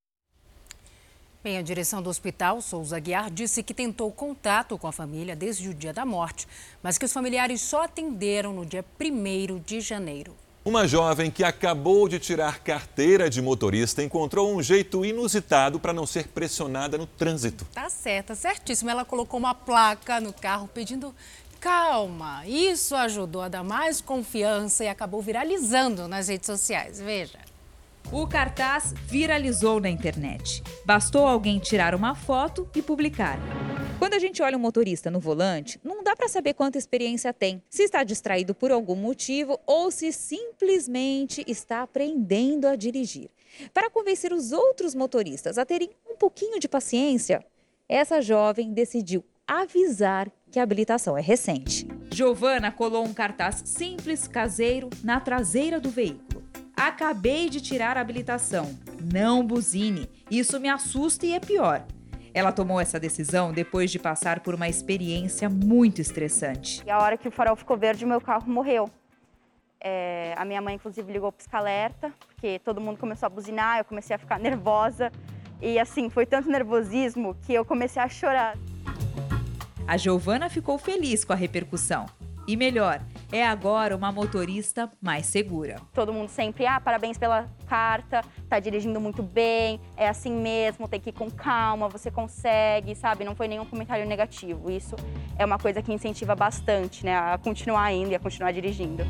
Bem, a direção do Hospital Souza Aguiar disse que tentou contato com a família desde o dia da morte, mas que os familiares só atenderam no dia 1º de janeiro. Uma jovem que acabou de tirar carteira de motorista encontrou um jeito inusitado para não ser pressionada no trânsito. Tá certa, certíssimo. Ela colocou uma placa no carro pedindo calma. Isso ajudou a dar mais confiança e acabou viralizando nas redes sociais. Veja. O cartaz viralizou na internet. Bastou alguém tirar uma foto e publicar. Quando a gente olha um motorista no volante, não dá para saber quanta experiência tem, se está distraído por algum motivo ou se simplesmente está aprendendo a dirigir. Para convencer os outros motoristas a terem um pouquinho de paciência, essa jovem decidiu avisar que a habilitação é recente. Giovana colou um cartaz simples, caseiro, na traseira do veículo. Acabei de tirar a habilitação. Não buzine. Isso me assusta e é pior. Ela tomou essa decisão depois de passar por uma experiência muito estressante. E a hora que o farol ficou verde, o meu carro morreu. A minha mãe, inclusive, ligou para o pisca-alerta, porque todo mundo começou a buzinar, eu comecei a ficar nervosa. E assim, foi tanto nervosismo que eu comecei a chorar. A Giovana ficou feliz com a repercussão. E melhor, é agora uma motorista mais segura. Todo mundo sempre, parabéns pela carta, tá dirigindo muito bem, é assim mesmo, tem que ir com calma, você consegue, sabe? Não foi nenhum comentário negativo. Isso é uma coisa que incentiva bastante, né, a continuar indo e a continuar dirigindo.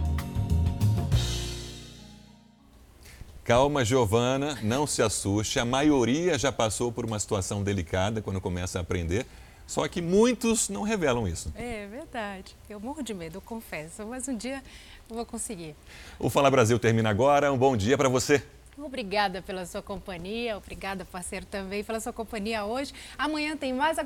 Calma, Giovana, não se assuste. A maioria já passou por uma situação delicada quando começa a aprender. Só que muitos não revelam isso. É verdade. Eu morro de medo, eu confesso. Mas um dia eu vou conseguir. O Fala Brasil termina agora. Um bom dia para você. Obrigada pela sua companhia. Obrigada, parceiro, também pela sua companhia hoje. Amanhã tem mais.